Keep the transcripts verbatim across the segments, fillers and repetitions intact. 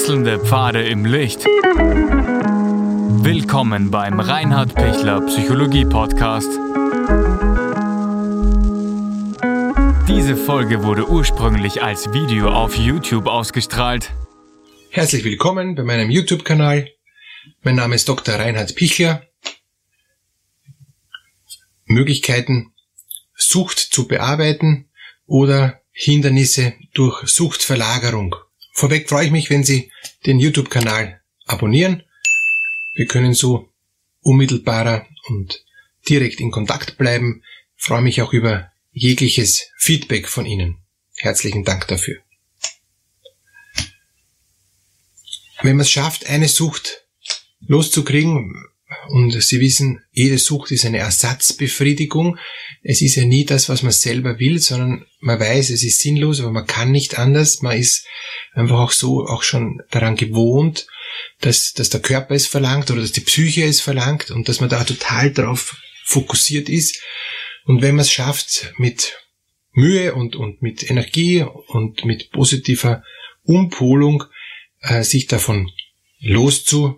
Wechselnde Pfade im Licht. Willkommen beim Reinhard Pichler Psychologie Podcast. Diese Folge wurde ursprünglich als Video auf YouTube ausgestrahlt. Herzlich willkommen bei meinem YouTube-Kanal. Mein Name ist Doktor Reinhard Pichler. Möglichkeiten, Sucht zu bearbeiten oder Hindernisse durch Suchtverlagerung. Vorweg freue ich mich, wenn Sie den YouTube-Kanal abonnieren. Wir können so unmittelbarer und direkt in Kontakt bleiben. Ich freue mich auch über jegliches Feedback von Ihnen. Herzlichen Dank dafür. Wenn man es schafft, eine Sucht loszukriegen, und Sie wissen, jede Sucht ist eine Ersatzbefriedigung. Es ist ja nie das, was man selber will, sondern man weiß, es ist sinnlos, aber man kann nicht anders. Man ist einfach auch so auch schon daran gewohnt, dass, dass der Körper es verlangt oder dass die Psyche es verlangt und dass man da total drauf fokussiert ist. Und wenn man es schafft, mit Mühe und, und mit Energie und mit positiver Umpolung äh, sich davon loszu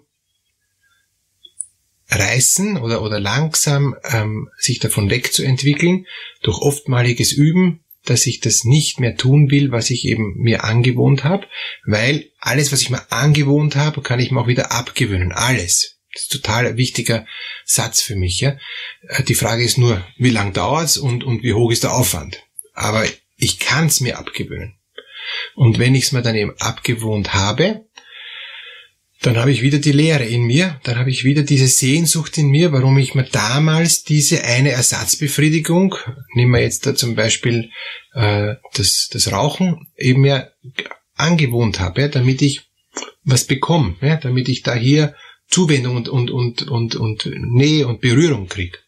reißen oder oder langsam ähm, sich davon wegzuentwickeln, durch oftmaliges Üben, dass ich das nicht mehr tun will, was ich eben mir angewohnt habe, weil alles, was ich mir angewohnt habe, kann ich mir auch wieder abgewöhnen. Alles. Das ist ein total wichtiger Satz für mich. Ja? Die Frage ist nur, wie lang dauert's und und wie hoch ist der Aufwand? Aber ich kann es mir abgewöhnen. Und wenn ich es mir dann eben abgewohnt habe, dann habe ich wieder die Leere in mir, dann habe ich wieder diese Sehnsucht in mir, warum ich mir damals diese eine Ersatzbefriedigung, nehmen wir jetzt da zum Beispiel äh, das, das Rauchen, eben ja angewohnt habe, ja, damit ich was bekomme, ja, damit ich da hier Zuwendung und, und, und, und, und Nähe und Berührung kriege.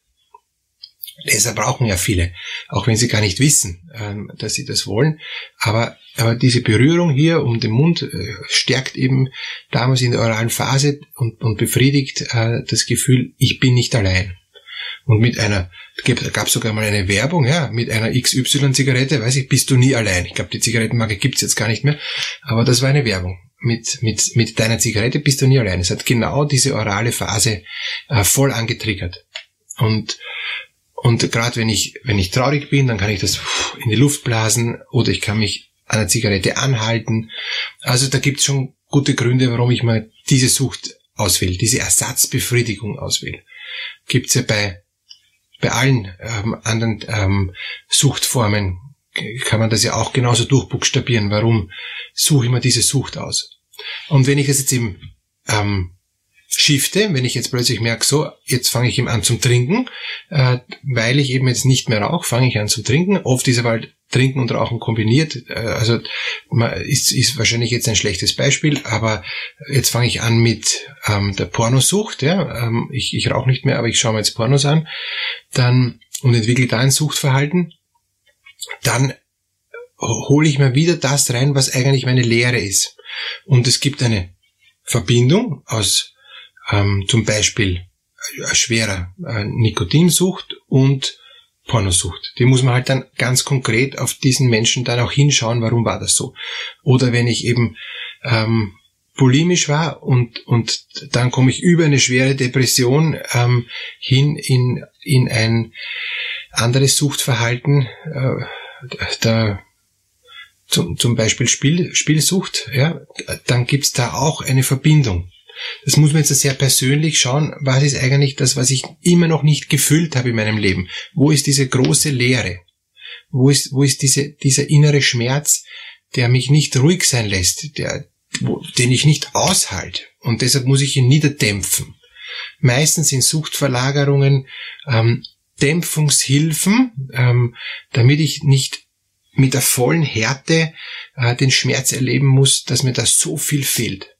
Deshalb brauchen ja viele, auch wenn sie gar nicht wissen, ähm, dass sie das wollen. Aber, aber diese Berührung hier um den Mund äh, stärkt eben damals in der oralen Phase und, und befriedigt äh, das Gefühl, ich bin nicht allein. Und mit einer, gab es sogar mal eine Werbung, ja, mit einer X Y-Zigarette, weiß ich, bist du nie allein. Ich glaube, die Zigarettenmarke gibt's jetzt gar nicht mehr, aber das war eine Werbung. Mit, mit, mit deiner Zigarette bist du nie allein. Es hat genau diese orale Phase äh, voll angetriggert. Und Und gerade wenn ich wenn ich traurig bin, dann kann ich das in die Luft blasen oder ich kann mich an der Zigarette anhalten. Also da gibt's schon gute Gründe, warum ich mal diese Sucht auswähle, diese Ersatzbefriedigung auswähle. Gibt's ja bei bei allen ähm, anderen ähm, Suchtformen, kann man das ja auch genauso durchbuchstabieren. Warum suche ich mir diese Sucht aus? Und wenn ich das jetzt eben ähm, shifte, wenn ich jetzt plötzlich merke, so, jetzt fange ich eben an zum Trinken, äh, weil ich eben jetzt nicht mehr rauche, fange ich an zum Trinken. Oft ist aber halt Trinken und Rauchen kombiniert, äh, also man ist, ist wahrscheinlich jetzt ein schlechtes Beispiel, aber jetzt fange ich an mit ähm, der Pornosucht, ja, ähm, ich, ich rauche nicht mehr, aber ich schaue mir jetzt Pornos an, dann und entwickle da ein Suchtverhalten, dann hole ich mir wieder das rein, was eigentlich meine Lehre ist. Und es gibt eine Verbindung aus Ähm, zum Beispiel äh, schwerer äh, Nikotinsucht und Pornosucht. Die muss man halt dann ganz konkret auf diesen Menschen dann auch hinschauen, warum war das so. Oder wenn ich eben ähm, bulimisch war und und dann komme ich über eine schwere Depression ähm, hin in in ein anderes Suchtverhalten, äh, da zum, zum Beispiel Spiel, Spielsucht, ja, dann gibt's da auch eine Verbindung. Das muss man jetzt sehr persönlich schauen, was ist eigentlich das, was ich immer noch nicht gefüllt habe in meinem Leben? Wo ist diese große Leere? Wo ist, wo ist diese, dieser innere Schmerz, der mich nicht ruhig sein lässt, der, wo, den ich nicht aushalte? Und deshalb muss ich ihn niederdämpfen. Meistens sind Suchtverlagerungen ähm, Dämpfungshilfen, ähm, damit ich nicht mit der vollen Härte äh, den Schmerz erleben muss, dass mir da so viel fehlt.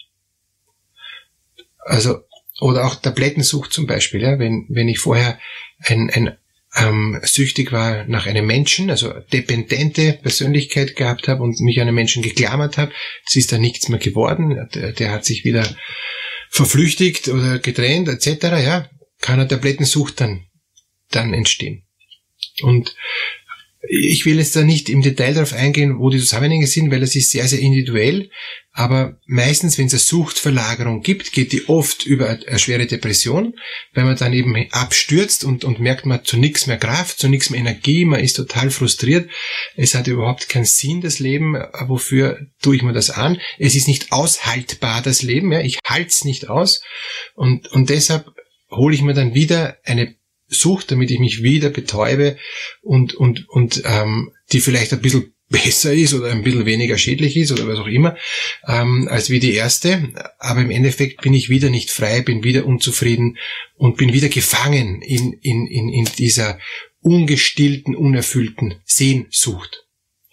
Also, oder auch Tablettensucht zum Beispiel, ja, wenn, wenn ich vorher ein, ein, ähm, süchtig war nach einem Menschen, also dependente Persönlichkeit gehabt habe und mich an einen Menschen geklammert habe, es ist da nichts mehr geworden, der, der hat sich wieder verflüchtigt oder getrennt, et cetera, ja, kann eine Tablettensucht dann, dann entstehen. Und ich will jetzt da nicht im Detail darauf eingehen, wo die Zusammenhänge sind, weil das ist sehr, sehr individuell. Aber meistens, wenn es eine Suchtverlagerung gibt, geht die oft über eine schwere Depression, weil man dann eben abstürzt und, und merkt, man hat zu nichts mehr Kraft, zu nichts mehr Energie, man ist total frustriert. Es hat überhaupt keinen Sinn, das Leben. Wofür tue ich mir das an? Es ist nicht aushaltbar, das Leben. Ja? Ich halte es nicht aus. Und, und deshalb hole ich mir dann wieder eine Sucht, damit ich mich wieder betäube und, und, und ähm, die vielleicht ein bisschen besser ist oder ein bisschen weniger schädlich ist oder was auch immer, ähm, als wie die erste. Aber im Endeffekt bin ich wieder nicht frei, bin wieder unzufrieden und bin wieder gefangen in, in, in, in dieser ungestillten, unerfüllten Sehnsucht.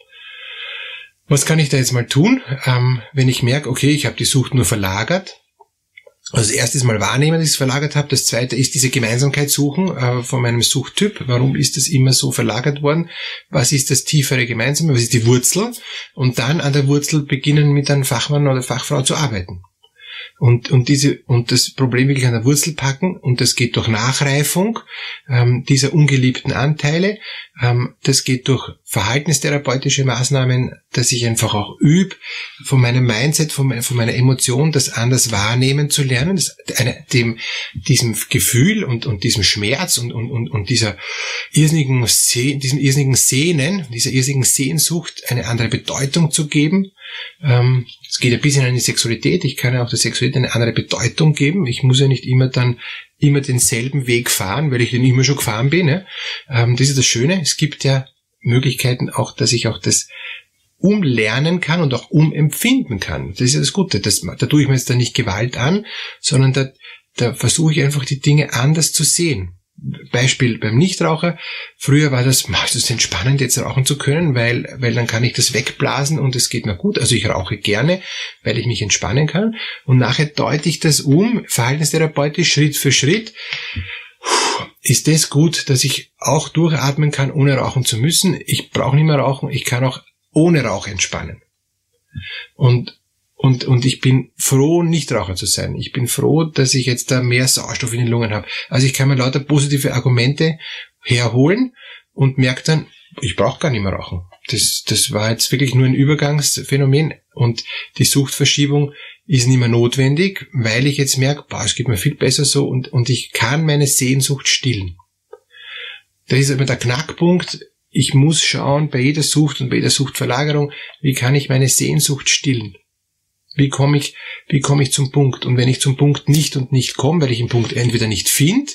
Was kann ich da jetzt mal tun, ähm, wenn ich merke, okay, ich habe die Sucht nur verlagert? Also das erste Mal wahrnehmen, dass ich es verlagert habe. Das zweite ist diese Gemeinsamkeit suchen äh, von meinem Suchttyp. Warum ist das immer so verlagert worden? Was ist das tiefere Gemeinsame? Was ist die Wurzel? Und dann an der Wurzel beginnen, mit einem Fachmann oder Fachfrau zu arbeiten. Und, und diese, und das Problem wirklich an der Wurzel packen, und das geht durch Nachreifung, ähm, dieser ungeliebten Anteile, ähm, das geht durch verhaltenstherapeutische Maßnahmen, dass ich einfach auch übe, von meinem Mindset, von, von meiner Emotion, das anders wahrnehmen zu lernen, das, eine, dem, diesem Gefühl und, und diesem Schmerz und, und, und, und dieser irrsinnigen, Seh, diesem irrsinnigen Sehnen, dieser irrsinnigen Sehnsucht eine andere Bedeutung zu geben. Ähm, es geht ja bis in eine Sexualität. Ich kann ja auch der Sexualität eine andere Bedeutung geben. Ich muss ja nicht immer dann immer denselben Weg fahren, weil ich den immer schon gefahren bin. Ja? Ähm, das ist das Schöne. Es gibt ja Möglichkeiten auch, dass ich auch das umlernen kann und auch umempfinden kann. Das ist ja das Gute. Das, da tue ich mir jetzt da nicht Gewalt an, sondern da, da versuche ich einfach die Dinge anders zu sehen. Beispiel beim Nichtraucher. Früher war das, das ist entspannend, jetzt rauchen zu können, weil, weil dann kann ich das wegblasen und es geht mir gut. Also ich rauche gerne, weil ich mich entspannen kann. Und nachher deute ich das um, verhaltenstherapeutisch, Schritt für Schritt. Ist das gut, dass ich auch durchatmen kann, ohne rauchen zu müssen? Ich brauche nicht mehr rauchen, ich kann auch ohne Rauch entspannen. Und Und, und ich bin froh, Nichtraucher zu sein. Ich bin froh, dass ich jetzt da mehr Sauerstoff in den Lungen habe. Also ich kann mir lauter positive Argumente herholen und merke dann, ich brauche gar nicht mehr rauchen. Das, das war jetzt wirklich nur ein Übergangsphänomen und die Suchtverschiebung ist nicht mehr notwendig, weil ich jetzt merke, boah, es geht mir viel besser so und, und ich kann meine Sehnsucht stillen. Das ist aber der Knackpunkt. Ich muss schauen, bei jeder Sucht und bei jeder Suchtverlagerung, wie kann ich meine Sehnsucht stillen? Wie komme ich, wie komme ich zum Punkt? Und wenn ich zum Punkt nicht und nicht komme, weil ich den Punkt entweder nicht finde,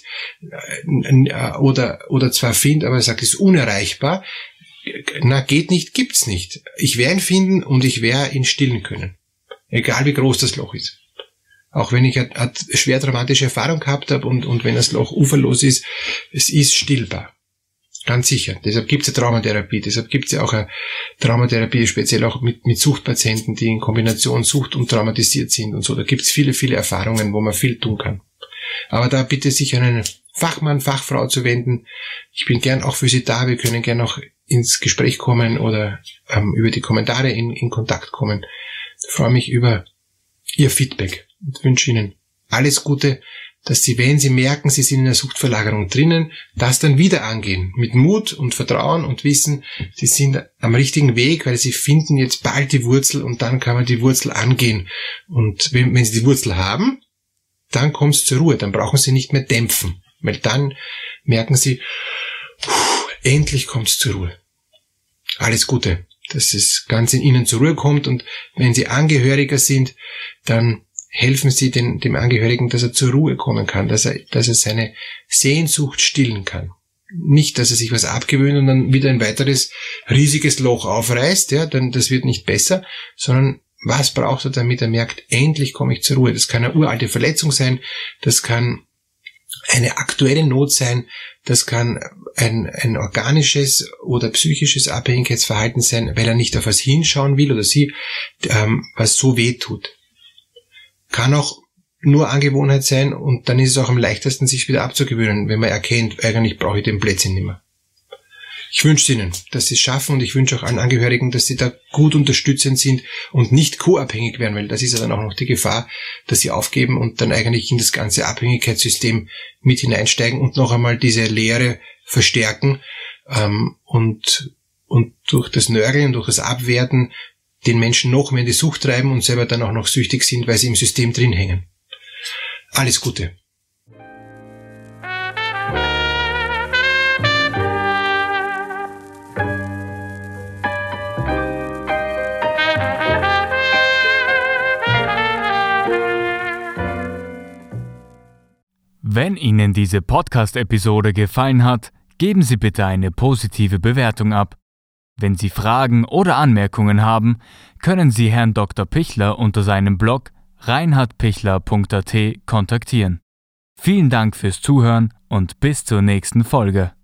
oder, oder zwar finde, aber sage, es ist unerreichbar, na, geht nicht, gibt's nicht. Ich werde ihn finden und ich werde ihn stillen können. Egal wie groß das Loch ist. Auch wenn ich eine, eine schwer dramatische Erfahrung gehabt habe und, und wenn das Loch uferlos ist, es ist stillbar. Ganz sicher. Deshalb gibt es ja Traumatherapie. Deshalb gibt es ja auch eine Traumatherapie, speziell auch mit, mit Suchtpatienten, die in Kombination Sucht und traumatisiert sind und so. Da gibt es viele, viele Erfahrungen, wo man viel tun kann. Aber da bitte sich an einen Fachmann, Fachfrau zu wenden. Ich bin gern auch für Sie da. Wir können gern auch ins Gespräch kommen oder ähm, über die Kommentare in, in Kontakt kommen. Ich freue mich über Ihr Feedback und wünsche Ihnen alles Gute, dass Sie, wenn Sie merken, Sie sind in einer Suchtverlagerung drinnen, das dann wieder angehen. Mit Mut und Vertrauen und wissen, Sie sind am richtigen Weg, weil Sie finden jetzt bald die Wurzel und dann kann man die Wurzel angehen. Und wenn, wenn Sie die Wurzel haben, dann kommt es zur Ruhe. Dann brauchen Sie nicht mehr dämpfen. Weil dann merken Sie, pff, endlich kommt es zur Ruhe. Alles Gute, dass es ganz in Ihnen zur Ruhe kommt. Und wenn Sie Angehöriger sind, dann helfen Sie den, dem Angehörigen, dass er zur Ruhe kommen kann, dass er, dass er seine Sehnsucht stillen kann. Nicht, dass er sich was abgewöhnt und dann wieder ein weiteres riesiges Loch aufreißt, ja, dann, das wird nicht besser, sondern was braucht er, damit er merkt, endlich komme ich zur Ruhe. Das kann eine uralte Verletzung sein, das kann eine aktuelle Not sein, das kann ein, ein organisches oder psychisches Abhängigkeitsverhalten sein, weil er nicht auf was hinschauen will oder sie, ähm, was so weh tut. Kann auch nur Angewohnheit sein und dann ist es auch am leichtesten, sich wieder abzugewöhnen, wenn man erkennt, eigentlich brauche ich den Plätzchen nicht mehr. Ich wünsche Ihnen, dass Sie es schaffen und ich wünsche auch allen Angehörigen, dass Sie da gut unterstützend sind und nicht co-abhängig werden, weil das ist ja dann auch noch die Gefahr, dass Sie aufgeben und dann eigentlich in das ganze Abhängigkeitssystem mit hineinsteigen und noch einmal diese Leere verstärken. Und und durch das Nörgeln, durch das Abwerten den Menschen noch mehr in die Sucht treiben und selber dann auch noch süchtig sind, weil sie im System drin hängen. Alles Gute. Wenn Ihnen diese Podcast-Episode gefallen hat, geben Sie bitte eine positive Bewertung ab. Wenn Sie Fragen oder Anmerkungen haben, können Sie Herrn Doktor Pichler unter seinem Blog reinhard pichler punkt a t kontaktieren. Vielen Dank fürs Zuhören und bis zur nächsten Folge.